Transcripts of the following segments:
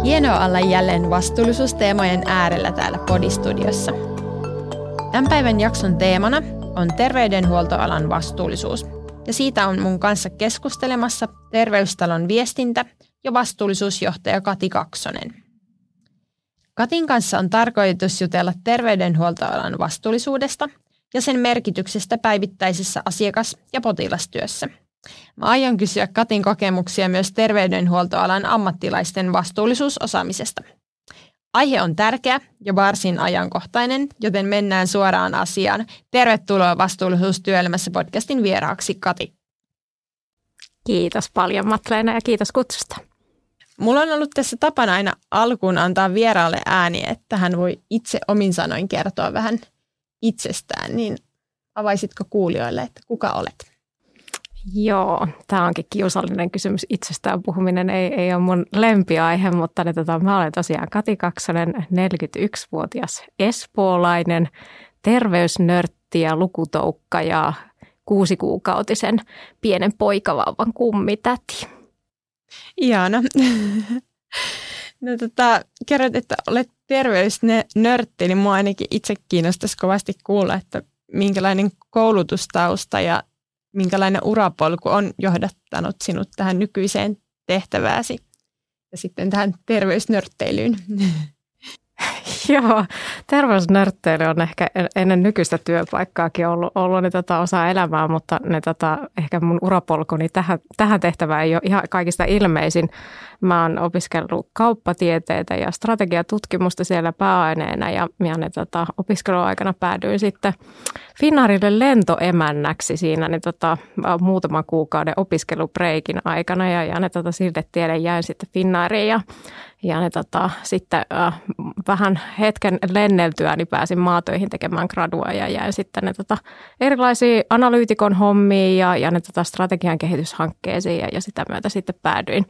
Hienoa olla jälleen vastuullisuusteemojen äärellä täällä Podistudiossa. Tämän päivän jakson teemana on terveydenhuoltoalan vastuullisuus. Ja siitä on mun kanssa keskustelemassa Terveystalon viestintä- ja vastuullisuusjohtaja Kati Kaksonen. Katin kanssa on tarkoitus jutella terveydenhuoltoalan vastuullisuudesta ja sen merkityksestä päivittäisessä asiakas- ja potilastyössä. Mä aion kysyä Katin kokemuksia myös terveydenhuoltoalan ammattilaisten vastuullisuusosaamisesta. Aihe on tärkeä ja varsin ajankohtainen, joten mennään suoraan asiaan. Tervetuloa Vastuullisuustyöelämässä podcastin vieraaksi, Kati. Kiitos paljon, Matleena, ja kiitos kutsusta. Mulla on ollut tässä tapana aina alkuun antaa vieraalle ääni, että hän voi itse omin sanoin kertoa vähän itsestään. Niin avaisitko kuulijoille, että kuka olet? Joo, tämä onkin kiusallinen kysymys. Itsestään puhuminen ei ole mun lempiaihe, mutta mä olen tosiaan Kati Kaksonen, 41-vuotias espoolainen, terveysnörtti ja lukutoukka ja 6-kuukautisen pienen poikavauvan kummitäti. Ihana. No kerrot, että olet terveysnörtti, niin mua ainakin itse kiinnostaisi kovasti kuulla, että minkälainen koulutustausta ja minkälainen urapolku on johdattanut sinut tähän nykyiseen tehtävääsi ja sitten tähän terveysnörtteilyyn? Joo, terveysnörtteily on ehkä ennen nykyistä työpaikkaakin ollut osa elämää, mutta ehkä mun urapolkuni tähän tehtävään ei ole ihan kaikista ilmeisin. Mä oon opiskellut kauppatieteitä ja strategiatutkimusta siellä pääaineena ja opiskeluaikana päädyin sitten Finnairille lentoemännäksi siinä muutaman kuukauden opiskelubreikin aikana ja sille tielle jäin sitten Finnairiin ja sitten vähän hetken lenneltyä niin pääsin maatöihin tekemään gradua ja jäin sitten erilaisiin analyytikon hommiin ja strategian kehityshankkeisiin ja sitä myötä sitten päädyin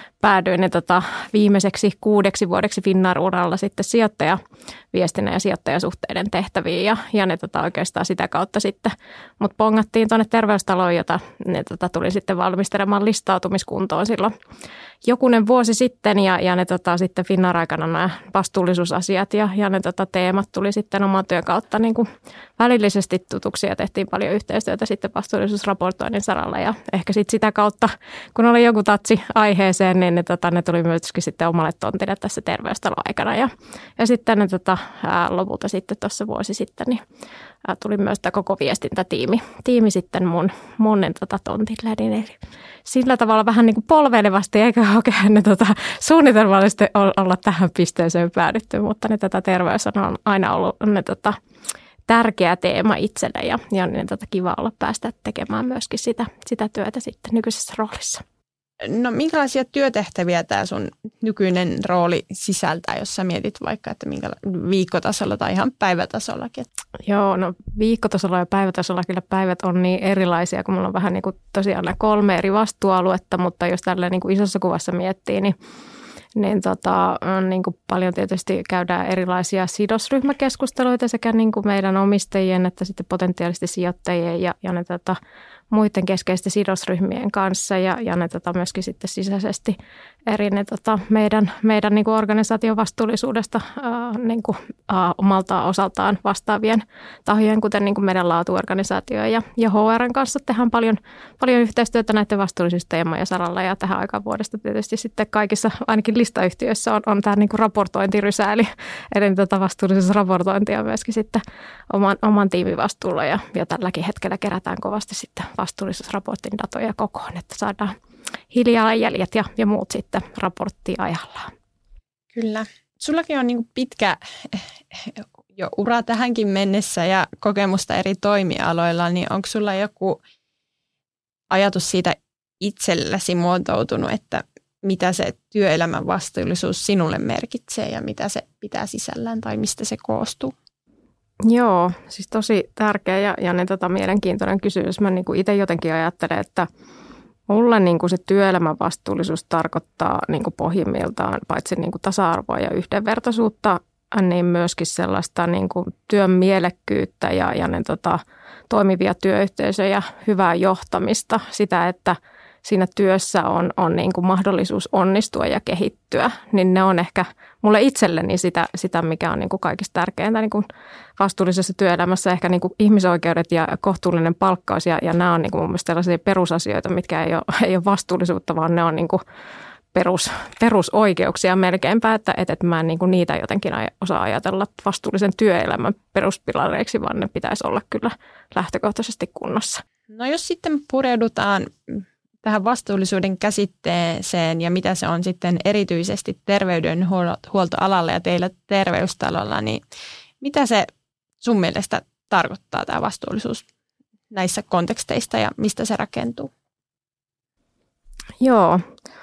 viimeiseksi 6 vuodeksi Finnair-uralla sitten sijoittajaviestinnän ja sijoittajasuhteiden tehtäviin ja oikeastaan sitä kautta sitten mut pongattiin tuonne Terveystaloon, jota tuli sitten valmistelemaan listautumiskuntoon silloin jokunen vuosi sitten ja sitten Finnair-aikana nämä vastuullisuusasiat ja ne teemat tuli sitten oman työn kautta niin kuin välillisesti tutuksi ja tehtiin paljon yhteistyötä sitten vastuullisuusraportoinnin saralla ja ehkä sitten sitä kautta, kun oli joku tatsi aiheeseen, niin ne tuli myöskin sitten omalle tontille tässä Terveystalon-aikana ja sitten lopulta sitten tuossa vuosi sitten niin tuli myös tämä koko viestintätiimi sitten mun tontille, niin sillä tavalla vähän niin kuin polveilevasti eikä oikein suunnitelmallisesti olla tähän pisteeseen päädytty, mutta terveys on aina ollut tärkeä teema itselle ja niin kiva olla päästä tekemään myöskin sitä työtä sitten nykyisessä roolissa. No minkälaisia työtehtäviä tämä sun nykyinen rooli sisältää, jos sä mietit vaikka, että viikkotasolla tai ihan päivätasollakin? Joo, no viikkotasolla ja päivätasolla kyllä päivät on niin erilaisia, kun mulla on vähän niin kuin tosiaan nämä 3 eri vastuualuetta, mutta jos tällä niin kuin isossa kuvassa miettii, niin niin kuin paljon tietysti käydään erilaisia sidosryhmäkeskusteluita sekä niin kuin meidän omistajien että sitten potentiaalisesti sijoittajien ja ne muiden keskeisten sidosryhmien kanssa ja ne myöskin sitten sisäisesti eri ne meidän niin kuin organisaation vastuullisuudesta niin kuin, omalta osaltaan vastaavien tahojen, kuten niin kuin meidän laatuorganisaatio ja HR:n kanssa tehdään paljon yhteistyötä näiden vastuullisuusteemojen saralla ja tähän aikaan vuodesta tietysti sitten kaikissa ainakin listayhtiöissä on tämä niin kuin raportointirysä, eli vastuullisuusraportointia myöskin sitten oman tiimin vastuulla ja tälläkin hetkellä kerätään kovasti sitten vastuullisuusraportin datoja kokoon, että saadaan hiilijalanjäljet ja muut sitten raporttiin ajallaan. Kyllä. Sullakin on niin pitkä jo ura tähänkin mennessä ja kokemusta eri toimialoilla, niin onko sulla joku ajatus siitä itselläsi muotoutunut, että mitä se työelämän vastuullisuus sinulle merkitsee ja mitä se pitää sisällään tai mistä se koostuu? Joo, siis tosi tärkeä ja mielenkiintoinen kysymys. Mä niin itse jotenkin ajattelen, että mulle niin kuin se työelämän vastuullisuus tarkoittaa niin kuin pohjimmiltaan paitsi niin kuin tasa-arvoa ja yhdenvertaisuutta, niin myöskin sellaista niin kuin työn mielekkyyttä ja ne toimivia työyhteisöjä, hyvää johtamista, sitä, että siinä työssä on niin kuin mahdollisuus onnistua ja kehittyä, niin ne on ehkä mulle itselleni sitä mikä on niin kuin kaikista tärkeintä niin kuin vastuullisessa työelämässä, ehkä niin kuin ihmisoikeudet ja kohtuullinen palkkaus ja nämä on niin kuin mun mielestä sellaisia perusasioita, mitkä ei ole vastuullisuutta, vaan ne on niin kuin perusoikeuksia melkeinpä, että mä en niin kuin niitä jotenkin osaa ajatella vastuullisen työelämän peruspilareiksi, vaan ne pitäisi olla kyllä lähtökohtaisesti kunnossa. No jos sitten pureudutaan tähän vastuullisuuden käsitteeseen ja mitä se on sitten erityisesti terveydenhuoltoalalla ja teillä terveystalolla, niin mitä se sun mielestä tarkoittaa tämä vastuullisuus näissä konteksteista ja mistä se rakentuu? Joo.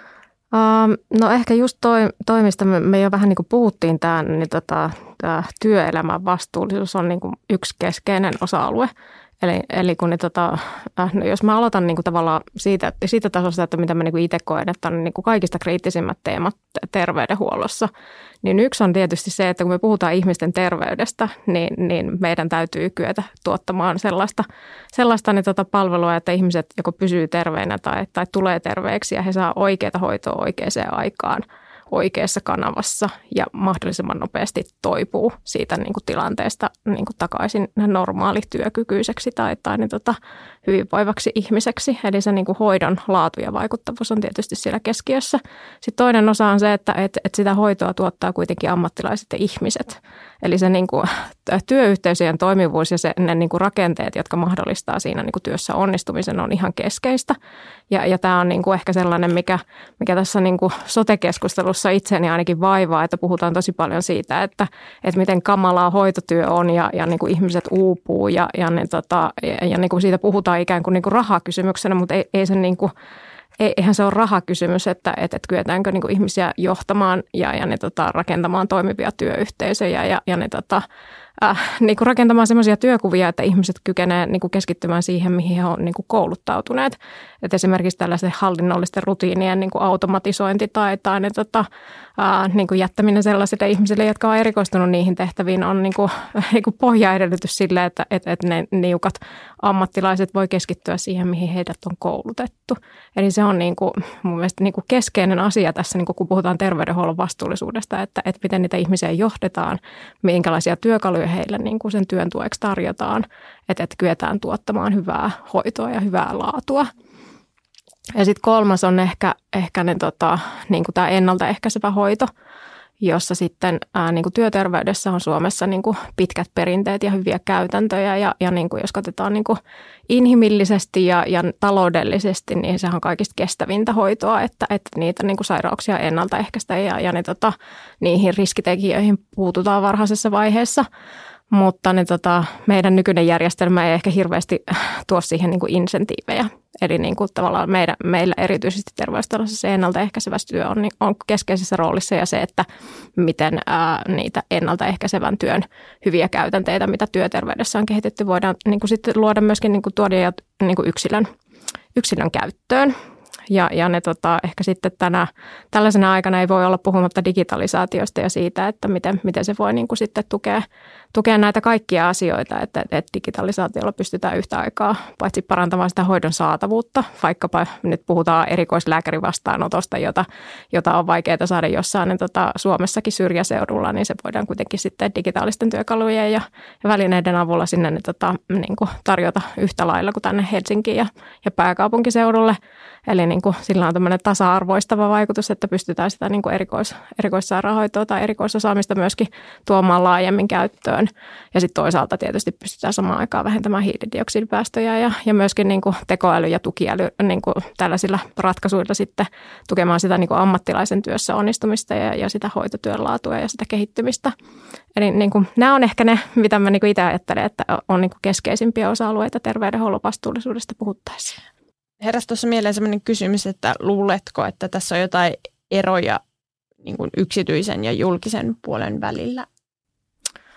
No ehkä just mistä me jo vähän niin kuin puhuttiin, tämä työelämän vastuullisuus on niin kuin yksi keskeinen osa-alue. Eli kun no jos mä aloitan niin kuin tavallaan siitä tasosta, että mitä mä niin kuin itse koen, että on niin kuin kaikista kriittisimmät teemat terveydenhuollossa, niin yksi on tietysti se, että kun me puhutaan ihmisten terveydestä, niin meidän täytyy kyetä tuottamaan sellaista palvelua, että ihmiset joko pysyy terveinä tai tulee terveeksi ja he saa oikeaa hoitoa oikeaan aikaan oikeassa kanavassa ja mahdollisimman nopeasti toipuu siitä niin kuin tilanteesta niin kuin takaisin normaalityökykyiseksi tai hyvinvoivaksi ihmiseksi. Eli se niin kuin hoidon laatu ja vaikuttavuus on tietysti siellä keskiössä. Sitten toinen osa on se, että sitä hoitoa tuottaa kuitenkin ammattilaiset ja ihmiset. Eli se niin kuin työyhteisöjen toimivuus ja ne niin kuin rakenteet, jotka mahdollistaa siinä niin kuin työssä onnistumisen, on ihan keskeistä. Ja tämä on niin kuin ehkä sellainen, mikä tässä niin kuin sote-keskustelussa itseäni ainakin vaivaa, että puhutaan tosi paljon siitä, että miten kamalaa hoitotyö on ja niin kuin ihmiset uupuu ja niin kuin siitä puhutaan ikään kuin rahakysymyksenä, mutta ei se niin kuin eihän se ole rahakysymys, että kyetäänkö niin kuin ihmisiä johtamaan ja rakentamaan toimivia työyhteisöjä ja niin kuin rakentamaan sellaisia työkuvia, että ihmiset kykenevät niin kuin keskittymään siihen, mihin he ovat niin kuin kouluttautuneet. Et esimerkiksi tällaisen hallinnollisten rutiinien niin kuin automatisointi tai niin kuin jättäminen sellaisille ihmisille, jotka ovat erikoistunut niihin tehtäviin, on niin kuin pohjaedellytys sille, että ne niukat ammattilaiset voi keskittyä siihen, mihin heidät on koulutettu. Eli se on niin kuin, mun mielestä niin kuin keskeinen asia tässä, niin kuin kun puhutaan terveydenhuollon vastuullisuudesta, että miten niitä ihmisiä johdetaan, minkälaisia työkaluja heille niin kuin sen työn tueksi tarjotaan, että kyetään tuottamaan hyvää hoitoa ja hyvää laatua. Ja sitten kolmas on ehkä niin kuin tämä ennaltaehkäisevä hoito, jossa sitten niin kuin työterveydessä on Suomessa niin kuin pitkät perinteet ja hyviä käytäntöjä. Ja niin kuin jos katsotaan niin kuin inhimillisesti ja taloudellisesti, niin se on kaikista kestävintä hoitoa, että niitä niin kuin sairauksia ennaltaehkäistä ja niihin riskitekijöihin puututaan varhaisessa vaiheessa. Mutta meidän nykyinen järjestelmä ei ehkä hirveästi tuo siihen niin kuin insentiivejä. Eli niin kuin tavallaan meillä erityisesti terveystalossa se ennaltaehkäisevä työ on keskeisessä roolissa ja se, että miten niitä ennaltaehkäisevän työn hyviä käytänteitä, mitä työterveydessä on kehitetty, voidaan niin kuin sitten luoda myöskin niin kuin tuoda niin kuin yksilön käyttöön. Ja ne ehkä sitten tällaisena aikana ei voi olla puhumatta digitalisaatiosta ja siitä, että miten se voi niin kuin sitten tukea näitä kaikkia asioita, että digitalisaatiolla pystytään yhtä aikaa paitsi parantamaan sitä hoidon saatavuutta, vaikkapa nyt puhutaan erikoislääkärivastaanotosta, jota on vaikeaa saada jossain Suomessakin syrjäseudulla, niin se voidaan kuitenkin sitten digitaalisten työkalujen ja välineiden avulla sinne niin kuin tarjota yhtä lailla kuin tänne Helsinkiin ja pääkaupunkiseudulle. Eli niin kuin sillä on tämmöinen tasa-arvoistava vaikutus, että pystytään sitä niin kuin erikoissairaanhoitoa tai erikoisosaamista myöskin tuomaan laajemmin käyttöön. Ja sitten toisaalta tietysti pystytään samaan aikaan vähentämään hiilidioksidipäästöjä ja myöskin niin kuin tekoäly ja tukiäly niin kuin tällaisilla ratkaisuilla sitten tukemaan sitä niin kuin ammattilaisen työssä onnistumista ja sitä hoitotyön laatua ja sitä kehittymistä. Eli niin kuin, nämä on ehkä ne, mitä mä niin kuin itse ajattelen, että on niin kuin keskeisimpiä osa-alueita terveydenhuollon vastuullisuudesta puhuttaessa. Heräsi tuossa mieleen sellainen kysymys, että luuletko, että tässä on jotain eroja niin kuin yksityisen ja julkisen puolen välillä?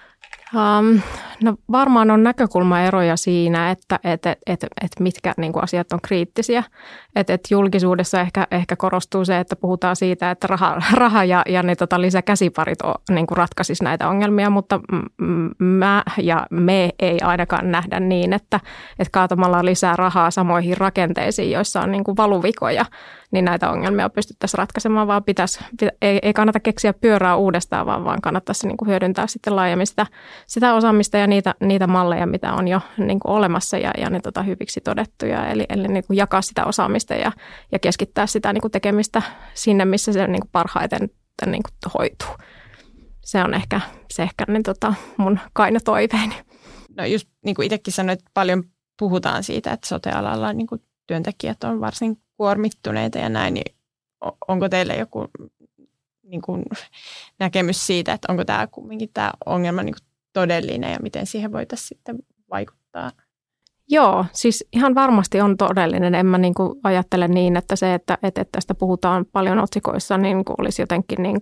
No varmaan on näkökulmaeroja siinä, että mitkä niin kuin asiat on kriittisiä. Että julkisuudessa ehkä korostuu se, että puhutaan siitä, että raha ja ne lisäkäsiparit niin kuin ratkaisisi näitä ongelmia, mutta mä ja me ei ainakaan nähdä niin, että kaatamalla lisää rahaa samoihin rakenteisiin, joissa on niin kuin valuvikoja, niin näitä ongelmia pystyttäisiin ratkaisemaan, vaan ei kannata keksiä pyörää uudestaan, vaan kannattaisi niin kuin hyödyntää sitten laajemmin sitä osaamista ja niitä malleja, mitä on jo niin kuin olemassa ja ne hyviksi todettuja. Eli niin kuin jakaa sitä osaamista ja keskittää sitä niin kuin tekemistä sinne, missä se niin kuin parhaiten niin kuin hoituu. Se on ehkä niin mun kaino toiveeni. No just niin kuin itsekin sanoit, että paljon puhutaan siitä, että sote-alalla niin kuin työntekijät on varsin kuormittuneita ja näin, niin onko teillä joku niin kuin näkemys siitä, että onko tämä kumminkin tämä ongelma niin kuin todellinen ja miten siihen voitaisiin sitten vaikuttaa? Joo, siis ihan varmasti on todellinen. En mä niin kuin ajattele niin, että se, että tästä puhutaan paljon otsikoissa, niin kuin olisi jotenkin niin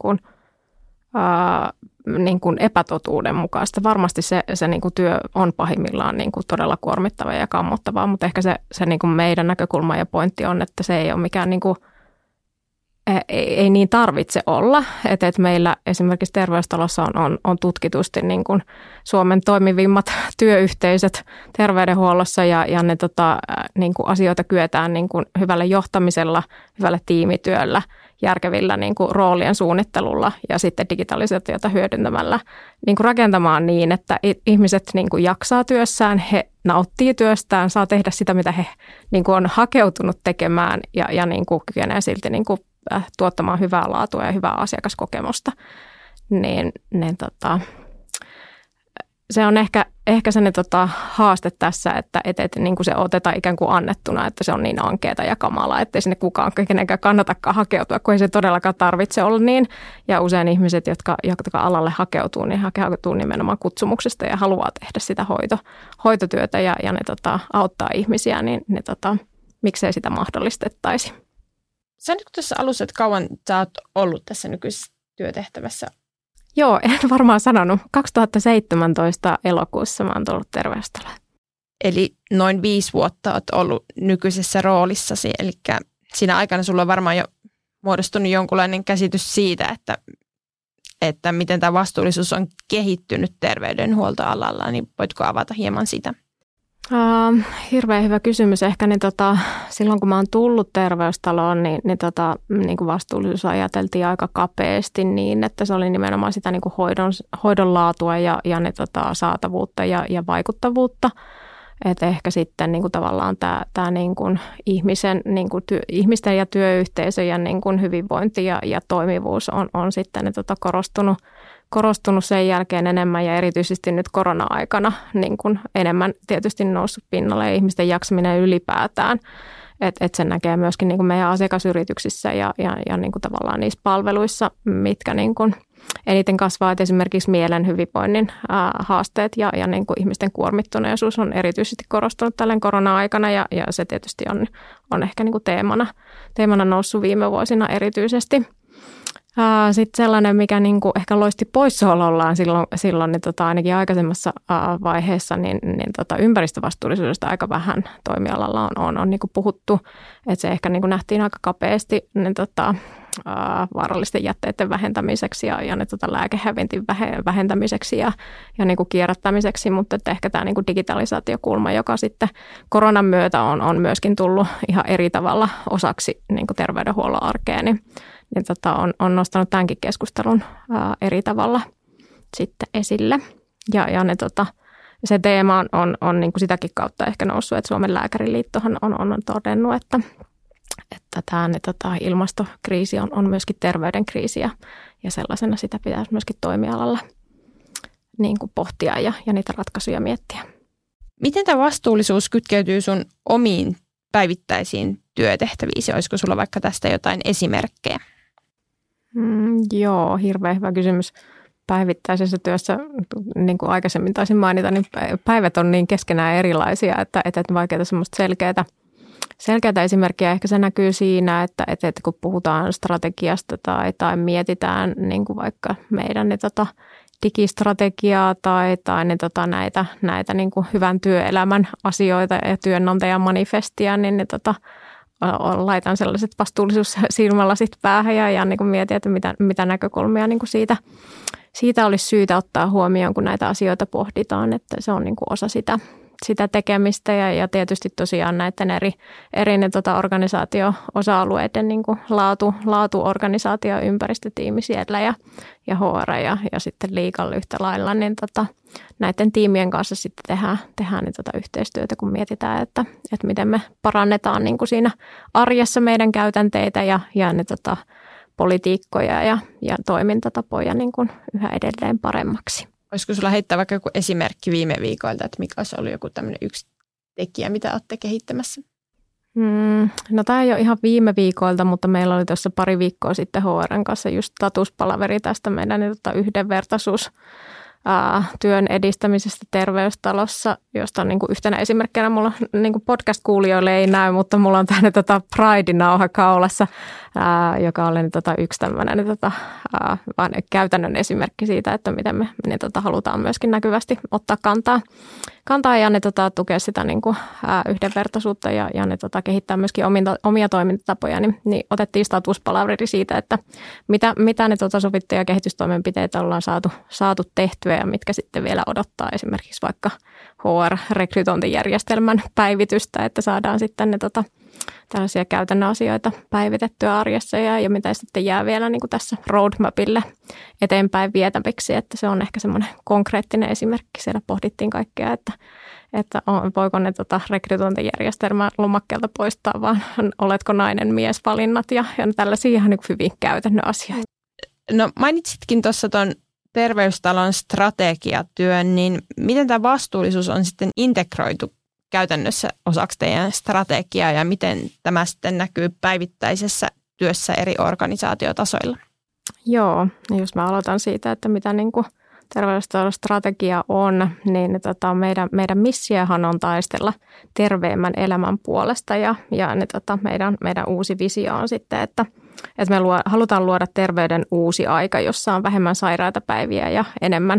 kuin epätotuuden mukaista. Varmasti se niin kuin työ on pahimmillaan niin kuin todella kuormittava ja kammottavaa, mutta ehkä se niin kuin meidän näkökulma ja pointti on, että se ei ole mikään niin kuin ei niin tarvitse olla, että meillä esimerkiksi Terveystalossa on tutkitusti niin kuin Suomen toimivimmat työyhteisöt terveydenhuollossa ja ne niin kuin asioita kyetään niin kuin hyvällä johtamisella, hyvällä tiimityöllä, järkevillä niin kuin roolien suunnittelulla ja sitten digitalisaatiota hyödyntämällä niin kuin rakentamaan niin, että ihmiset niin kuin jaksaa työssään, he nauttii työstään, saa tehdä sitä, mitä he niin kuin on hakeutunut tekemään ja niin kuin kykenee silti niin kuin tuottamaan hyvää laatua ja hyvää asiakaskokemusta, niin se on ehkä se haaste tässä, että niin kuin se otetaan ikään kuin annettuna, että se on niin ankeata ja kamalaa, ettei sinne kukaan kenenkään kannatakaan hakeutua, kun ei se todellakaan tarvitse olla niin. Ja usein ihmiset, jotka alalle hakeutuu, niin hakeutuu nimenomaan kutsumuksesta ja haluaa tehdä sitä hoitotyötä ja ne auttaa ihmisiä, niin ne miksei sitä mahdollistettaisi. Sanoitko tuossa alussa, että kauan sä oot ollut tässä nykyisessä työtehtävässä? Joo, en varmaan sanonut. 2017 elokuussa mä oon tullut Terveystaloon. Eli noin 5 vuotta oot ollut nykyisessä roolissasi, eli siinä aikana sulla on varmaan jo muodostunut jonkunlainen käsitys siitä, että miten tämä vastuullisuus on kehittynyt terveydenhuoltoalalla, niin voitko avata hieman sitä? Hirveän hyvä kysymys. Ehkä niin silloin kun mä oon tullut Terveystaloon, niin kuin vastuullisuus ajateltiin aika kapeasti niin, että se oli nimenomaan sitä niin kuin hoidon laatua ja ne saatavuutta ja vaikuttavuutta. Että ehkä sitten niin kuin tavallaan tämä niin kuin ihmisten ja työyhteisöjen niin kuin hyvinvointi ja toimivuus on sitten korostunut sen jälkeen enemmän ja erityisesti nyt korona-aikana niin kuin enemmän tietysti noussut pinnalle ja ihmisten jaksaminen ylipäätään. Että sen näkee myöskin niin kuin meidän asiakasyrityksissä ja niin kuin tavallaan niissä palveluissa, mitkä niin kuin eniten kasvaa, että esimerkiksi mielen hyvinvoinnin haasteet ja niin kuin ihmisten kuormittuneisuus on erityisesti korostunut tällä korona-aikana ja se tietysti on ehkä niin kuin teemana noussut viime vuosina erityisesti. Sitten sellainen, mikä niin kuin ehkä loisti poissaolollaan silloin niin ainakin aikaisemmassa vaiheessa, niin ympäristövastuullisuudesta aika vähän toimialalla on niin kuin puhuttu. Että se ehkä niin kuin nähtiin aika kapeasti niin vaarallisten jätteiden vähentämiseksi ja ne lääkehävintin vähentämiseksi ja niin kuin kierrättämiseksi, mutta että ehkä tämä niin kuin digitalisaatiokulma, joka sitten koronan myötä on myöskin tullut ihan eri tavalla osaksi niin kuin terveydenhuollon arkea, niin on nostanut tämänkin keskustelun eri tavalla sitten esille. Ja ne, se teema on niin kuin sitäkin kautta ehkä noussut, että Suomen lääkäriliittohan on todennut, että tämä ilmastokriisi on myöskin terveyden kriisi ja sellaisena sitä pitäisi myöskin toimialalla niin kuin pohtia ja niitä ratkaisuja miettiä. Miten tämä vastuullisuus kytkeytyy sun omiin päivittäisiin työtehtäviisi? Olisiko sulla vaikka tästä jotain esimerkkejä? Joo, hirveän hyvä kysymys. Päivittäisessä työssä, niin kuin aikaisemmin taisin mainita, niin päivät on niin keskenään erilaisia, että vaikeaa semmoista selkeää esimerkkiä. Ehkä se näkyy siinä, että kun puhutaan strategiasta tai mietitään niin kuin vaikka meidän digistrategiaa tai näitä niin kuin hyvän työelämän asioita ja työnantajan manifestia, niin laitan sellaiset vastuullisuussilmälasit päähän ja niin kuin mietin, että mitä näkökulmia niin kuin siitä olisi syytä ottaa huomioon, kun näitä asioita pohditaan, että se on niin kuin osa sitä tekemistä ja tietysti tosiaan näiden eri organisaatio-osa-alueiden niin kuin laatuorganisaatio, ympäristötiimi siellä ja HR ja sitten legal yhtä lailla, niin näiden tiimien kanssa sitten tehdään niin yhteistyötä, kun mietitään, että miten me parannetaan niin kuin siinä arjessa meidän käytänteitä ja ne politiikkoja ja toimintatapoja niin kuin yhä edelleen paremmaksi. Olisiko sinulla heittää vaikka joku esimerkki viime viikoilta, että mikä olisi ollut joku tämmöinen yksi tekijä, mitä olette kehittämässä? No tämä ei ole ihan viime viikoilta, mutta meillä oli tuossa pari viikkoa sitten HR:n kanssa just statuspalaveri tästä meidän yhdenvertaisuus työn edistämisestä terveystalossa, josta niin kuin yhtenä esimerkkinä mulla niin kuin podcast-kuulijoille ei näy, mutta mulla on tämmöinen Pride-nauha kaulassa, joka oli yksi tämmöinen käytännön esimerkki siitä, että miten me halutaan myöskin näkyvästi ottaa kantaa ja tukea sitä niin kuin, yhdenvertaisuutta ja kehittää myöskin omia toimintatapoja, niin otettiin statuspalaveri siitä, että mitä ne sovittuja kehitystoimenpiteitä ollaan saatu tehtyä ja mitkä sitten vielä odottaa esimerkiksi vaikka HR-rekrytointijärjestelmän päivitystä, että saadaan sitten ne tällaisia käytännön asioita päivitettyä arjessa ja mitä sitten jää vielä niin kuin tässä roadmapille eteenpäin vietäviksi, että se on ehkä semmoinen konkreettinen esimerkki. Siellä pohdittiin kaikkea, että voiko ne rekrytointijärjestelmän lomakkeelta poistaa, vaan oletko nainen mies valinnat ja tällaisia ihan niin kuin hyvin käytännön asioita. No mainitsitkin tuossa tuon terveystalon strategiatyön, niin miten tämä vastuullisuus on sitten integroitu käytännössä osaksi teidän strategiaa ja miten tämä sitten näkyy päivittäisessä työssä eri organisaatiotasoilla? Joo, jos mä aloitan siitä, että mitä niin kuin terveystalon strategia on, niin meidän missiohan on taistella terveemmän elämän puolesta ja meidän uusi visio on sitten, että me halutaan luoda terveyden uusi aika, jossa on vähemmän sairaita päiviä ja enemmän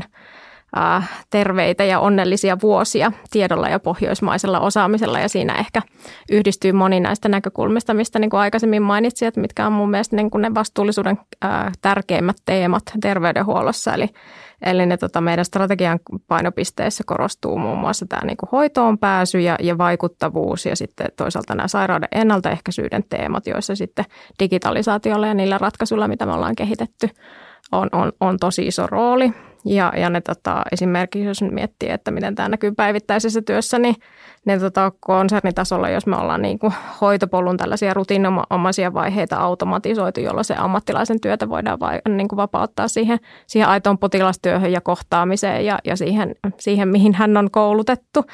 terveitä ja onnellisia vuosia tiedolla ja pohjoismaisella osaamisella. Ja siinä ehkä yhdistyy moni näistä näkökulmista, mistä niin kuin aikaisemmin mainitsin, että mitkä on mun mielestä niin kuin ne vastuullisuuden tärkeimmät teemat terveydenhuollossa. Eli ne meidän strategian painopisteissä korostuu muun muassa tämä niin kuin hoitoon pääsy ja vaikuttavuus ja sitten toisaalta nämä sairauden ennaltaehkäisyiden teemat, joissa sitten digitalisaatiolla ja niillä ratkaisuilla, mitä me ollaan kehitetty, on tosi iso rooli. Ja ne esimerkiksi, jos miettii, että miten tämä näkyy päivittäisessä työssä, niin ne konsernitasolla, jos me ollaan niin kuin hoitopolun tällaisia rutiinomaisia vaiheita automatisoitu, jolloin se ammattilaisen työtä voidaan niin kuin vapauttaa siihen aitoon potilastyöhön ja kohtaamiseen ja siihen, mihin hän on koulutettu,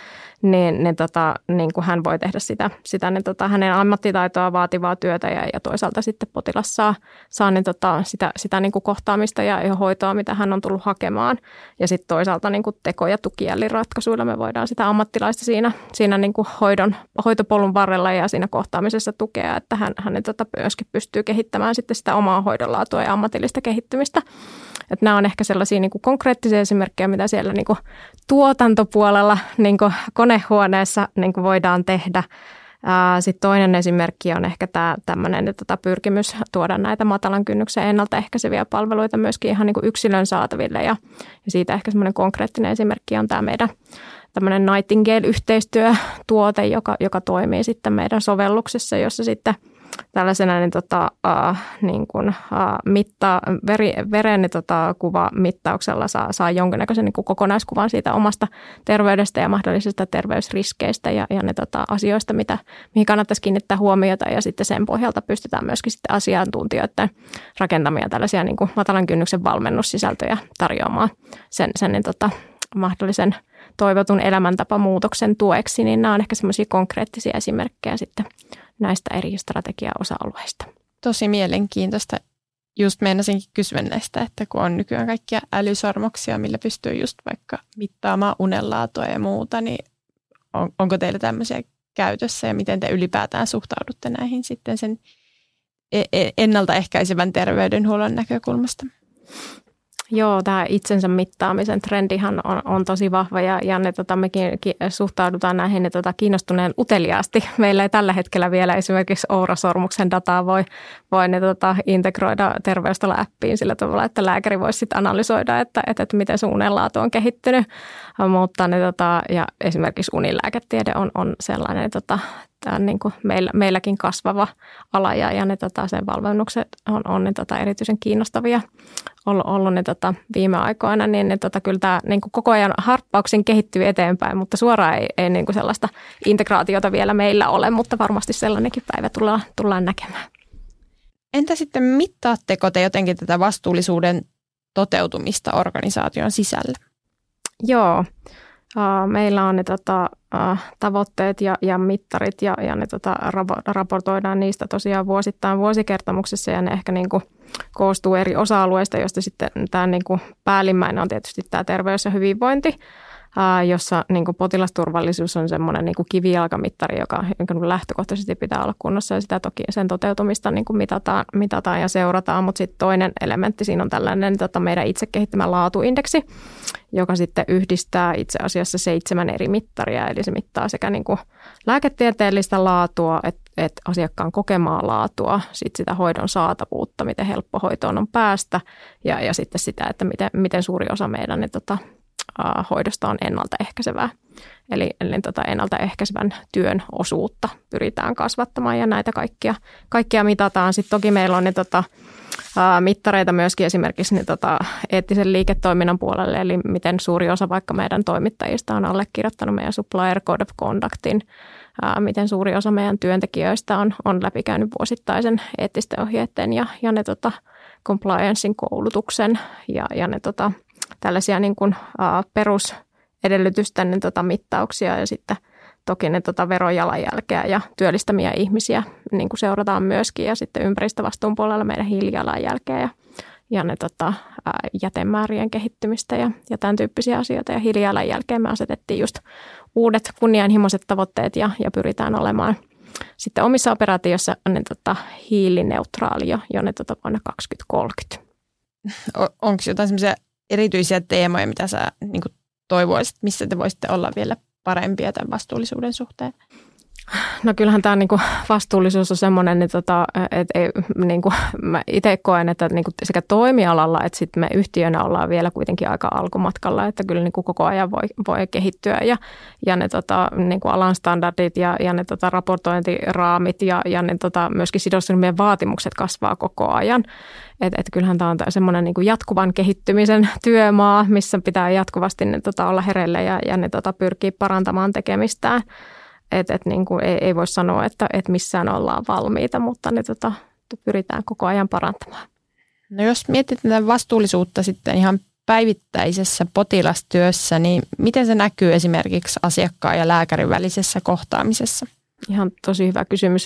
niin kuin hän voi tehdä sitä hänen ammattitaitoa vaativaa työtä ja toisaalta sitten potilas saa sitä niin kuin kohtaamista ja hoitoa, mitä hän on tullut hakemaan. Ja sitten toisaalta niin kuin teko- ja tukiälliratkaisuilla me voidaan sitä ammattilaista siinä niin kuin hoitopolun varrella ja siinä kohtaamisessa tukea, että hän myöskin pystyy kehittämään sitten sitä omaa hoidonlaatua ja ammatillista kehittymistä. Että nämä on ehkä sellaisia niin kuin konkreettisia esimerkkejä, mitä siellä niin kuin tuotantopuolella niin kuin konehuoneessa niin kuin voidaan tehdä. Sitten toinen esimerkki on ehkä tämmöinen pyrkimys tuoda näitä matalan kynnyksen ennaltaehkäiseviä palveluita myöskin ihan niin kuin yksilön saataville. Ja siitä ehkä semmoinen konkreettinen esimerkki on tämä meidän tämmöinen Nightingale-yhteistyötuote, joka toimii sitten meidän sovelluksessa, jossa sitten tällaisena veren kuvamittauksella saa jonkinnäköisen niin kuin kokonaiskuvan siitä omasta terveydestä ja mahdollisista terveysriskeistä ja ne asioista, mihin kannattaisi kiinnittää huomiota. Ja sitten sen pohjalta pystytään myöskin sitten asiantuntijoiden rakentamia tällaisia niin kuin matalan kynnyksen valmennussisältöjä tarjoamaan sen mahdollisen toivotun elämäntapamuutoksen tueksi. Niin nämä on ehkä semmoisia konkreettisia esimerkkejä sitten näistä eri strategiaosa-alueista. Tosi mielenkiintoista. Just meinasinkin kysyä näistä, että kun on nykyään kaikkia älysormuksia, millä pystyy just vaikka mittaamaan unenlaatua ja muuta, niin onko teillä tämmöisiä käytössä ja miten te ylipäätään suhtaudutte näihin sitten sen ennaltaehkäisevän terveydenhuollon näkökulmasta? Joo, tämä itsensä mittaamisen trendihan on tosi vahva ja ne, mekin suhtaudutaan näihin kiinnostuneen uteliaasti. Meillä ei tällä hetkellä vielä esimerkiksi Oura-sormuksen dataa voi ne integroida terveystalo-appiin sillä tavalla, että lääkäri voisi sitten analysoida, että miten sun unenlaatu on kehittynyt. Mutta ne, ja esimerkiksi unilääketiede on sellainen tämä on niin kuin meilläkin kasvava ala ja ne sen valmennukset on ne erityisen kiinnostavia ollut ne viime aikoina, niin ne kyllä tämä niin kuin koko ajan harppauksin kehittyy eteenpäin, mutta suoraan ei niin kuin sellaista integraatiota vielä meillä ole, mutta varmasti sellainenkin päivä tullaan näkemään. Entä sitten mittaatteko te jotenkin tätä vastuullisuuden toteutumista organisaation sisällä? Joo. Meillä on ne tavoitteet ja mittarit ja ne raportoidaan niistä tosiaan vuosittain vuosikertomuksessa ja ne ehkä niin kuin koostuu eri osa-alueista, joista sitten tämä niin kuin päällimmäinen on tietysti tämä terveys ja hyvinvointi, jossa niin kuin potilasturvallisuus on semmoinen niin kuin kivijalkamittari, joka lähtökohtaisesti pitää olla kunnossa ja sitä toki sen toteutumista niin kuin mitataan ja seurataan, mutta sitten toinen elementti siinä on tällainen meidän itse kehittämä laatuindeksi, joka sitten yhdistää itse asiassa 7 eri mittaria, eli se mittaa sekä niin kuin lääketieteellistä laatua että asiakkaan kokemaa laatua, sitten sitä hoidon saatavuutta, miten helppo hoitoon on päästä ja sitten sitä, että miten suuri osa meidän hoidosta on ennaltaehkäisevää. Eli ennaltaehkäisevän työn osuutta pyritään kasvattamaan ja näitä kaikkia mitataan. Sitten toki meillä on ne mittareita myöskin esimerkiksi eettisen liiketoiminnan puolelle, eli miten suuri osa vaikka meidän toimittajista on allekirjoittanut meidän Supplier Code of Conductin, miten suuri osa meidän työntekijöistä on läpikäynyt vuosittaisen eettisten ohjeiden ja ne compliancein koulutuksen ja ne tällaisia niin kuin, perusedellytysten mittauksia ja sitten toki ne verojalanjälkeä ja työllistämiä ihmisiä niin kuin seurataan myöskin ja sitten ympäristövastuun puolella meidän hiilijalanjälkeä ja ne jätemäärien kehittymistä ja tämän tyyppisiä asioita. Ja hiilijalanjälkeen me asetettiin just uudet kunnianhimoiset tavoitteet ja pyritään olemaan sitten omissa operaatioissa ne hiilineutraali jo ne vuonna 2030. Onko jotain semmoisia erityisiä teemoja, mitä sä niin kuin toivoisit, missä te voisitte olla vielä parempia tämän vastuullisuuden suhteen? No kyllähän tämä niinku vastuullisuus on semmoinen, että niinku, mä itse koen, että niinku sekä toimialalla että sitten me yhtiönä ollaan vielä kuitenkin aika alkumatkalla, että kyllä niinku koko ajan voi kehittyä ja ne niinku alan standardit ja ne raportointiraamit ja ne myöskin sidosryhmien vaatimukset kasvaa koko ajan. Et kyllähän tämä on semmoinen niinku jatkuvan kehittymisen työmaa, missä pitää jatkuvasti ne olla hereillä ja ne pyrkii parantamaan tekemistään. Niin kuin ei voi sanoa, että missään ollaan valmiita, mutta ne pyritään koko ajan parantamaan. No jos mietit tätä vastuullisuutta sitten ihan päivittäisessä potilastyössä, niin miten se näkyy esimerkiksi asiakkaan ja lääkärin välisessä kohtaamisessa? Ihan tosi hyvä kysymys.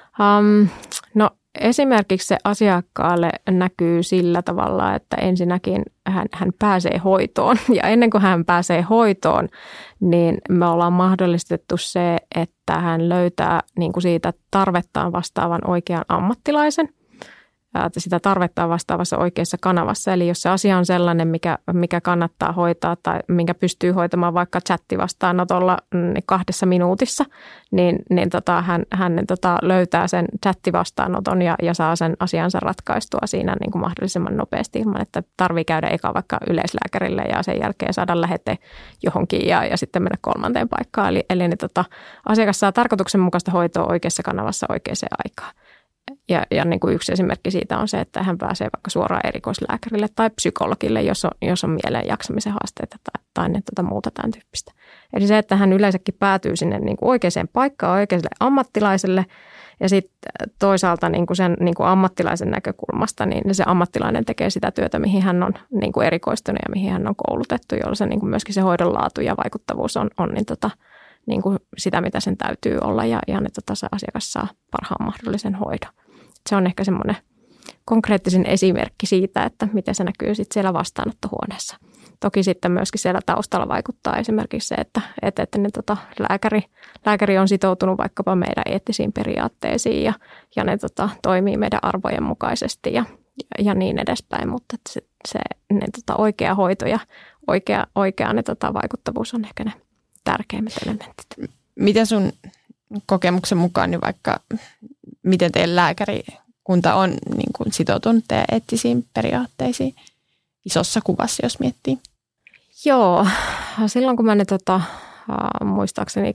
No esimerkiksi se asiakkaalle näkyy sillä tavalla, että ensinnäkin hän pääsee hoitoon ja ennen kuin hän pääsee hoitoon, niin me ollaan mahdollistettu se, että hän löytää niin kuin siitä tarvettaan vastaavan oikean ammattilaisen. Sitä tarvettaan vastaavassa oikeassa kanavassa. Eli jos se asia on sellainen, mikä kannattaa hoitaa tai minkä pystyy hoitamaan vaikka chattivastaanotolla 2 minuutissa, niin hän löytää sen chattivastaanoton ja saa sen asiansa ratkaistua siinä niin kuin mahdollisimman nopeasti ilman, että tarvii käydä eka vaikka yleislääkärille ja sen jälkeen saada lähete johonkin ja sitten mennä 3. paikkaan. Eli asiakas saa tarkoituksenmukaista hoitoa oikeassa kanavassa oikeaan aikaan. Ja niin kuin yksi esimerkki siitä on se, että hän pääsee vaikka suoraan erikoislääkärille tai psykologille, jos on mielen jaksamisen haasteita tai muuta tämän tyyppistä. Eli se, että hän yleensäkin päätyy sinne niin kuin oikeaan paikkaan, oikealle ammattilaiselle ja sitten toisaalta niin kuin sen niin kuin ammattilaisen näkökulmasta, niin se ammattilainen tekee sitä työtä, mihin hän on niin kuin erikoistunut ja mihin hän on koulutettu, jolloin se niin kuin myöskin se hoidon laatu ja vaikuttavuus on niin kuin sitä, mitä sen täytyy olla ja ne se asiakas saa parhaan mahdollisen hoidon. Se on ehkä semmoinen konkreettinen esimerkki siitä, että miten se näkyy sitten siellä vastaanottohuoneessa. Toki sitten myöskin siellä taustalla vaikuttaa esimerkiksi se, että ne lääkäri on sitoutunut vaikkapa meidän eettisiin periaatteisiin ja ne toimii meidän arvojen mukaisesti ja niin edespäin, mutta ne oikea hoito ja oikea ne vaikuttavuus on ehkä ne tärkeimmät elementit. Miten sun kokemuksen mukaan, niin vaikka miten teidän lääkärikunta on niin kuin sitoutunut teidän eettisiin periaatteisiin isossa kuvassa, jos miettii? Joo, silloin kun mä ne muistaakseni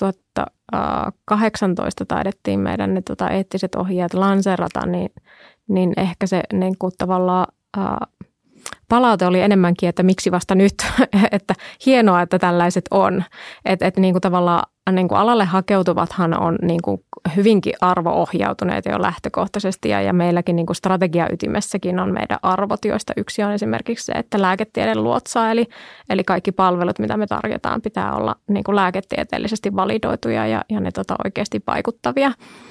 2018 taidettiin meidän ne eettiset ohjeet lanseerata, niin ehkä se niin kuin tavallaan palaute oli enemmänkin, että miksi vasta nyt, että hienoa, että tällaiset on. Että niin kuin tavallaan niin kuin alalle hakeutuvathan on niin kuin hyvinkin arvo-ohjautuneet jo lähtökohtaisesti ja meilläkin niin kuin strategiaytimessäkin on meidän arvot, joista yksi on esimerkiksi se, että lääketiede luotsaa, eli kaikki palvelut, mitä me tarjotaan, pitää olla niin kuin lääketieteellisesti validoituja ja ne oikeasti vaikuttavia.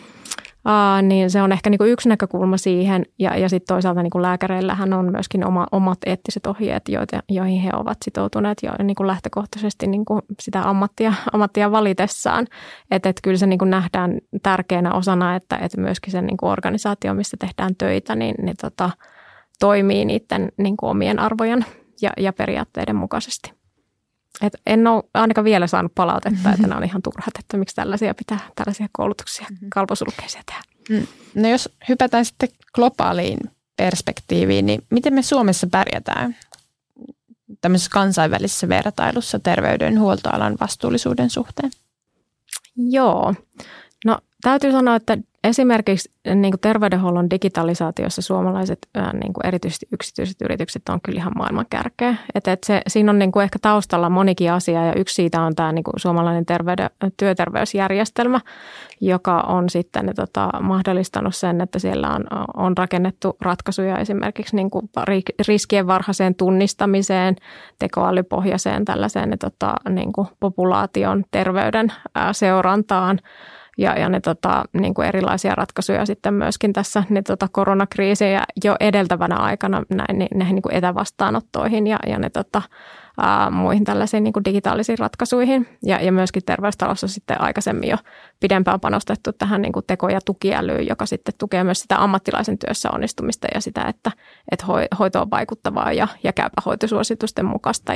Niin se on ehkä niin kuin yksi näkökulma siihen ja sitten toisaalta niin kuin lääkäreillähän on myöskin omat eettiset ohjeet, joihin he ovat sitoutuneet jo niin kuin lähtökohtaisesti niin kuin sitä ammattia valitessaan. Että kyllä se niin kuin nähdään tärkeänä osana, että myöskin se niin kuin organisaatio, missä tehdään töitä, niin ne toimii niiden niin kuin omien arvojen ja periaatteiden mukaisesti. Et en ole ainakaan vielä saanut palautetta, että nämä on ihan turhat, että miksi tällaisia koulutuksia kalposulkeisia tehdä. No jos hypätään sitten globaaliin perspektiiviin, niin miten me Suomessa pärjätään tämmöisessä kansainvälisessä vertailussa terveydenhuoltoalan vastuullisuuden suhteen? Joo, no täytyy sanoa, että esimerkiksi niin kuin terveydenhuollon digitalisaatiossa suomalaiset, niin kuin erityisesti yksityiset yritykset on kyllä ihan maailman kärkeä. Siinä on niin kuin ehkä taustalla monikin asia ja yksi siitä on tämä niin kuin suomalainen työterveysjärjestelmä, joka on sitten mahdollistanut sen, että siellä on rakennettu ratkaisuja esimerkiksi niin kuin riskien varhaiseen tunnistamiseen, tekoälypohjaiseen tällaiseen niin kuin populaation terveyden seurantaan. Ja ne niin kuin erilaisia ratkaisuja sitten myöskin tässä koronakriisiä jo edeltävänä aikana näihin niin kuin etävastaanottoihin ja ne muihin tällaisiin niin kuin digitaalisiin ratkaisuihin. Ja myöskin terveystalossa sitten aikaisemmin jo pidempään panostettu tähän niin kuin teko- ja tukiälyyn, joka sitten tukee myös sitä ammattilaisen työssä onnistumista ja sitä, että hoito on vaikuttavaa ja käypä hoitosuositusten mukaista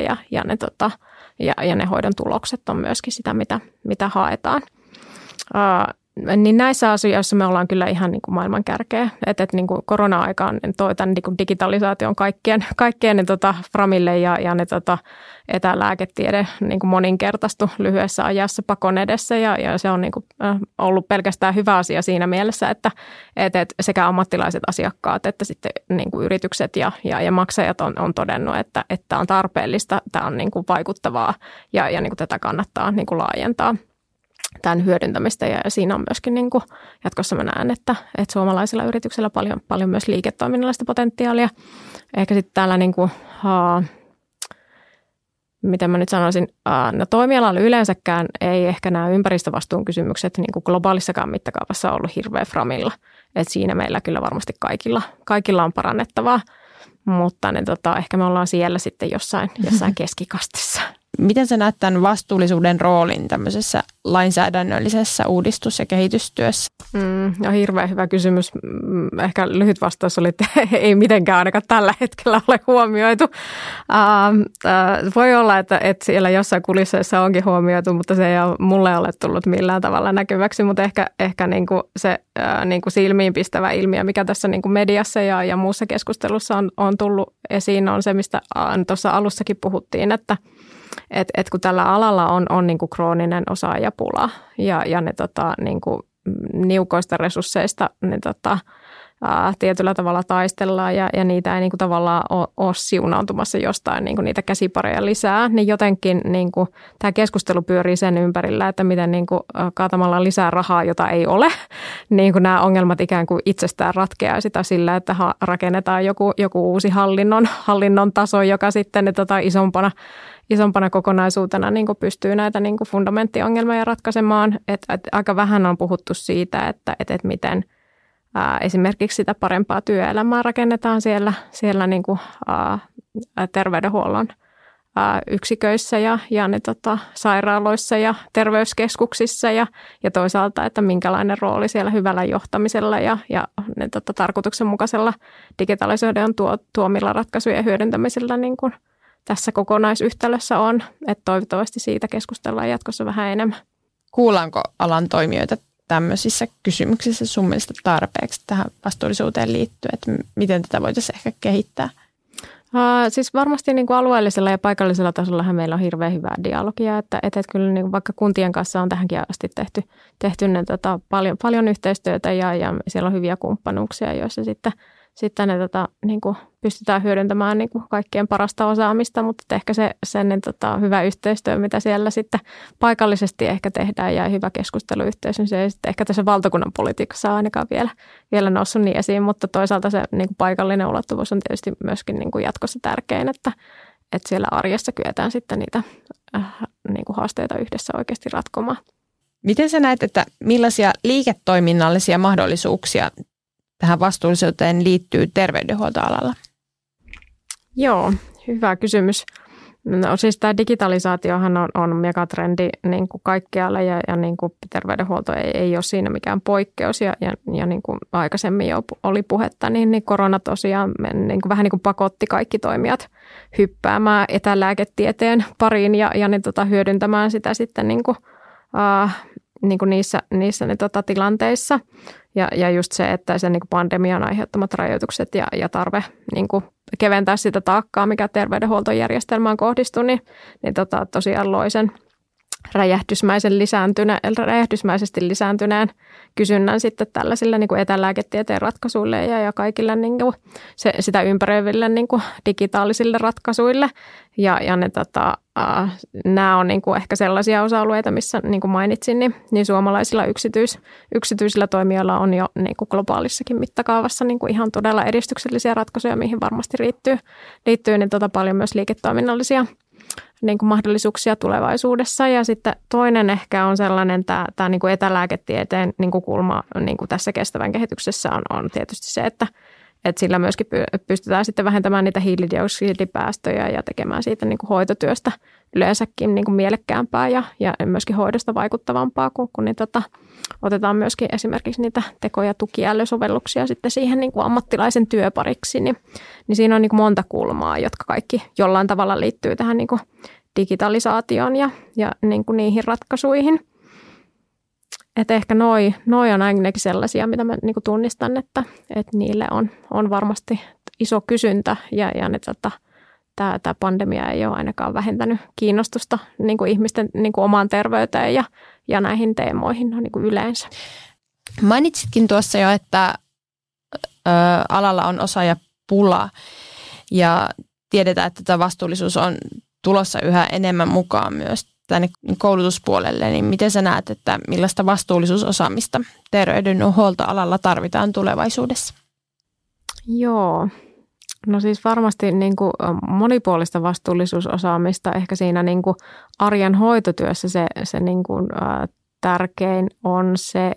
ja ne hoidon tulokset on myöskin sitä, mitä haetaan. Niin näissä asioissa me ollaan kyllä ihan niin kuin maailman kärkeä, että niin kuin korona-aikaan toi tämän niin kuin digitalisaation kaikkien ne framille ja ne etälääketiede niin kuin moninkertaistu lyhyessä ajassa pakon edessä ja se on niin kuin ollut pelkästään hyvä asia siinä mielessä, että sekä ammattilaiset asiakkaat että sitten niin kuin yritykset ja maksajat on todennut, että on tarpeellista, tämä on niin kuin vaikuttavaa ja niin kuin tätä kannattaa niin kuin laajentaa. Tämän hyödyntämistä ja siinä on myöskin niin kuin jatkossa mä näen, että suomalaisilla yrityksillä paljon myös liiketoiminnallista potentiaalia. Ehkä sitten täällä niin kuin, miten mä nyt sanoisin, no toimialalla yleensäkään ei ehkä nämä ympäristövastuun kysymykset niin kuin globaalissakaan mittakaavassa ollut hirveän framilla. Et siinä meillä kyllä varmasti kaikilla on parannettavaa, mutta ne, ehkä me ollaan siellä sitten jossain keskikastissa. Miten sä näet tämän vastuullisuuden roolin tämmöisessä lainsäädännöllisessä uudistus- ja kehitystyössä? No hirveän hyvä kysymys. Ehkä lyhyt vastaus oli, että ei mitenkään ainakaan tällä hetkellä ole huomioitu. Voi olla, että siellä jossain kulisseissa onkin huomioitu, mutta se ei ole mulle ole tullut millään tavalla näkyväksi. Mutta ehkä niin kuin se niin kuin silmiinpistävä ilmiö, mikä tässä niin kuin mediassa ja muussa keskustelussa on tullut esiin, on se, mistä tuossa alussakin puhuttiin, että kun tällä alalla on niin kuin krooninen osaajapula ja ne niin kuin niukoista resursseista ne tietyllä tavalla taistellaan ja niitä ei niin kuin tavallaan ole siunaantumassa jostain niin kuin niitä käsipareja lisää, niin jotenkin niin kuin tämä keskustelu pyörii sen ympärillä, että miten niin kuin kaatamalla lisää rahaa, jota ei ole, niin kuin nämä ongelmat ikään kuin itsestään ratkeaa sitä sillä, että rakennetaan joku uusi hallinnon taso, joka sitten ne isompana kokonaisuutena niin kuin pystyy näitä niin kuin fundamenttiongelmia ratkaisemaan. Aika vähän on puhuttu siitä, että miten esimerkiksi sitä parempaa työelämää rakennetaan siellä niin kuin terveydenhuollon yksiköissä ja ne sairaaloissa ja terveyskeskuksissa ja toisaalta, että minkälainen rooli siellä hyvällä johtamisella ja ne tarkoituksenmukaisella digitalisoidun tuomilla ratkaisujen hyödyntämisellä niin kuin tässä kokonaisyhtälössä on. Että toivottavasti siitä keskustellaan jatkossa vähän enemmän. Kuullaanko alan toimijoita tämmöisissä kysymyksissä sun mielestä tarpeeksi tähän vastuullisuuteen liittyen, että miten tätä voitaisiin ehkä kehittää? Siis varmasti niin kuin alueellisella ja paikallisella tasolla meillä on hirveän hyvää dialogia, että kyllä niin kuin vaikka kuntien kanssa on tähänkin asti tehty ne, paljon yhteistyötä ja siellä on hyviä kumppanuuksia, joissa sitten ne niin kuin pystytään hyödyntämään niin kuin kaikkien parasta osaamista, mutta ehkä se niin, hyvä yhteistyö, mitä siellä sitten paikallisesti ehkä tehdään ja hyvä keskusteluyhteys, niin se ei sitten ehkä tässä valtakunnan politiikassa ainakaan vielä noussut niin esiin, mutta toisaalta se niin kuin paikallinen ulottuvuus on tietysti myöskin niin kuin jatkossa tärkein, että siellä arjessa kyetään sitten niitä niin kuin haasteita yhdessä oikeasti ratkomaan. Miten sä näet, että millaisia liiketoiminnallisia mahdollisuuksia tähän vastuullisuuteen liittyy terveydenhuoltoalalla? Joo, hyvä kysymys. No, siis tämä digitalisaatiohan on megatrendi niin kuin kaikkialla ja niin kuin terveydenhuolto ei ole siinä mikään poikkeus. Ja niin kuin aikaisemmin jo oli puhetta, niin korona tosiaan niin kuin vähän niin kuin pakotti kaikki toimijat hyppäämään etälääketieteen pariin ja niin, hyödyntämään sitä sitten niin kuin niissä tilanteissa. Ja just se, että se niin kuin pandemian aiheuttamat rajoitukset ja tarve niin kuin keventää sitä taakkaa, mikä terveydenhuoltojärjestelmään kohdistui, niin tosiaan loi sen räjähdysmäisesti lisääntyneen kysynnän sitten tällaisille niin kuin etälääketieteen ratkaisuille ja kaikille niin kuin sitä ympäröiville niin kuin digitaalisille ratkaisuille. Ja ne, nämä on niin kuin ehkä sellaisia osa-alueita, missä niin kuin mainitsin, niin suomalaisilla yksityisillä toimijoilla on jo niin kuin globaalissakin mittakaavassa niin kuin ihan todella edistyksellisiä ratkaisuja, mihin varmasti liittyy niin paljon myös liiketoiminnallisia niin kuin mahdollisuuksia tulevaisuudessa. Ja sitten toinen ehkä on sellainen, tämä niin kuin etälääketieteen niin kuin kulma niin kuin tässä kestävän kehityksessä on tietysti se, että sillä myöskin pystytään sitten vähentämään niitä hiilidioksidipäästöjä ja tekemään siitä niin kuin hoitotyöstä yleensäkin niin kuin mielekkäämpää ja myöskin hoidosta vaikuttavampaa, kun otetaan myöskin esimerkiksi niitä teko- ja tukiälysovelluksia sitten siihen niin kuin ammattilaisen työpariksi, niin siinä on niin kuin monta kulmaa, jotka kaikki jollain tavalla liittyy tähän niin kuin digitalisaatioon ja niin kuin niihin ratkaisuihin. Että ehkä noi on ainakin sellaisia, mitä mä niin kuin tunnistan, että niille on varmasti iso kysyntä ja ne, tämä pandemia ei ole ainakaan vähentänyt kiinnostusta niin kuin ihmisten niin kuin omaan terveyteen ja näihin teemoihin niin kuin yleensä. Mainitsitkin tuossa jo, että alalla on osaajapula ja tiedetään, että tämä vastuullisuus on tulossa yhä enemmän mukaan myös tänne koulutuspuolelle, niin miten sä näet, että millaista vastuullisuusosaamista terveydenhuoltoalalla tarvitaan tulevaisuudessa? Joo, no siis varmasti niin kuin monipuolista vastuullisuusosaamista ehkä siinä niin kuin arjen hoitotyössä se niin kuin, tärkein on se,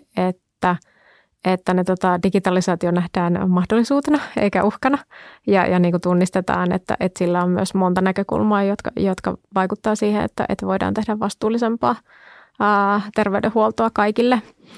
että ne digitalisaatio nähdään mahdollisuutena eikä uhkana ja niin kuin tunnistetaan, että sillä on myös monta näkökulmaa, jotka vaikuttaa siihen, että voidaan tehdä vastuullisempaa terveydenhuoltoa kaikille.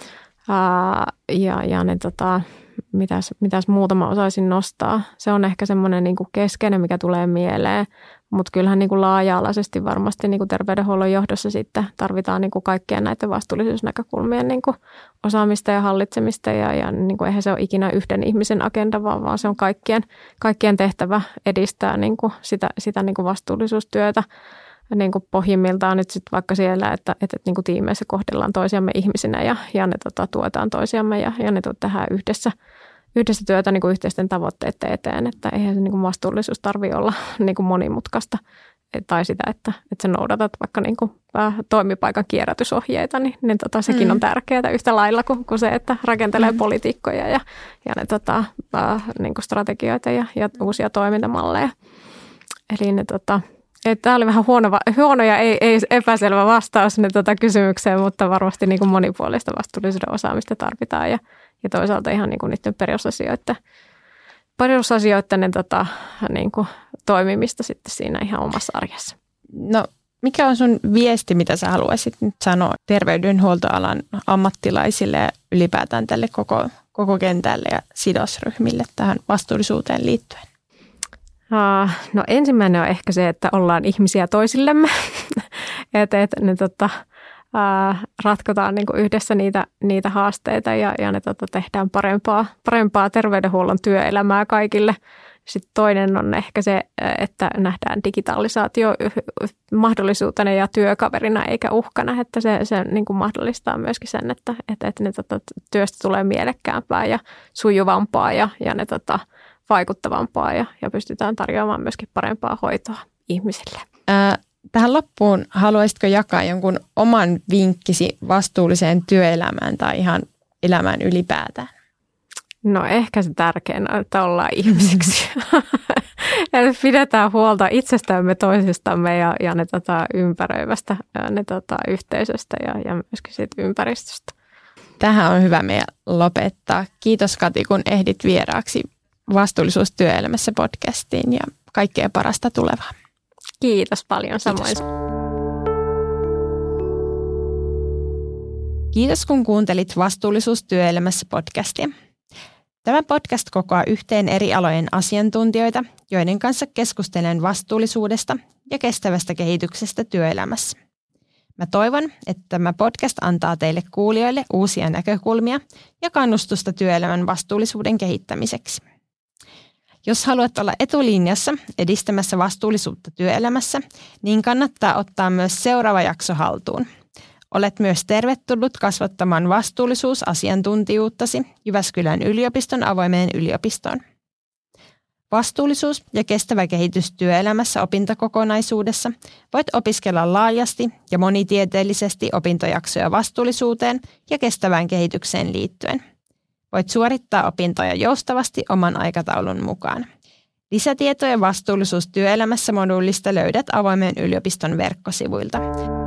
Ja ne, mitäs muutama osaisin nostaa. Se on ehkä semmoinen niin kuin keskeinen, mikä tulee mieleen, mutta kyllähän niin kuin laaja-alaisesti varmasti niin kuin terveydenhuollon johdossa sitten tarvitaan niin kuin kaikkien näiden vastuullisuusnäkökulmien niin kuin osaamista ja hallitsemista ja niin kuin eihän se ole ikinä yhden ihmisen agenda, vaan se on kaikkien tehtävä edistää niin kuin sitä niin kuin vastuullisuustyötä. Niin kuin pohjimmiltaan nyt sitten vaikka siellä, että niin kuin tiimeissä kohdellaan toisiamme ihmisinä ja ne tuetaan toisiamme ja ne tehdään yhdessä työtä niin kuin yhteisten tavoitteiden eteen, että eihän se niin kuin vastuullisuus tarvitse olla niin kuin monimutkaista tai sitä, että sä noudatat vaikka niin kuin toimipaikan kierrätysohjeita, niin sekin on tärkeää yhtä lailla kuin se, että rakentelee politiikkoja ja ne niin kuin strategioita ja uusia toimintamalleja. Eli ne tämä oli vähän huono ja ei epäselvä vastaus kysymykseen, mutta varmasti niin kuin monipuolista vastuullisuuden osaamista tarvitaan ja toisaalta ihan niin kuin niiden perusasioiden niin kuin toimimista sitten siinä ihan omassa arjessa. No, mikä on sun viesti, mitä sä haluaisit nyt sanoa terveydenhuoltoalan ammattilaisille ja ylipäätään tälle koko kentälle ja sidosryhmille tähän vastuullisuuteen liittyen? No ensimmäinen on ehkä se, että ollaan ihmisiä toisillemme, että ne ratkotaan niin kuin yhdessä niitä haasteita ja ne tehdään parempaa terveydenhuollon työelämää kaikille. Sitten toinen on ehkä se, että nähdään digitalisaatio mahdollisuutena ja työkaverina eikä uhkana, että se niin kuin mahdollistaa myöskin sen, että ne työstä tulee mielekkäämpää ja sujuvampaa ja ne vaikuttavampaa ja pystytään tarjoamaan myöskin parempaa hoitoa ihmisille. Tähän loppuun haluaisitko jakaa jonkun oman vinkkisi vastuulliseen työelämään tai ihan elämään ylipäätään? No ehkä se tärkein on, että ollaan ihmisiksi. Eli pidetään huolta itsestämme, toisistamme ja ne ympäröivästä yhteisöstä ja myöskin siitä ympäristöstä. Tähän on hyvä meidän lopettaa. Kiitos Kati, kun ehdit vieraaksi Vastuullisuus työelämässä podcastiin ja kaikkea parasta tulevaa. Kiitos paljon samoin. Kiitos kun kuuntelit Vastuullisuus työelämässä podcastia. Tämä podcast kokoaa yhteen eri alojen asiantuntijoita, joiden kanssa keskustelen vastuullisuudesta ja kestävästä kehityksestä työelämässä. Mä toivon, että tämä podcast antaa teille kuulijoille uusia näkökulmia ja kannustusta työelämän vastuullisuuden kehittämiseksi. Jos haluat olla etulinjassa edistämässä vastuullisuutta työelämässä, niin kannattaa ottaa myös seuraava jakso haltuun. Olet myös tervetullut kasvattamaan vastuullisuusasiantuntijuuttasi Jyväskylän yliopiston avoimeen yliopistoon. Vastuullisuus ja kestävä kehitys työelämässä opintokokonaisuudessa voit opiskella laajasti ja monitieteellisesti opintojaksoja vastuullisuuteen ja kestävään kehitykseen liittyen. Voit suorittaa opintoja joustavasti oman aikataulun mukaan. Lisätietoja vastuullisuus työelämässä -moduulista löydät avoimen yliopiston verkkosivuilta.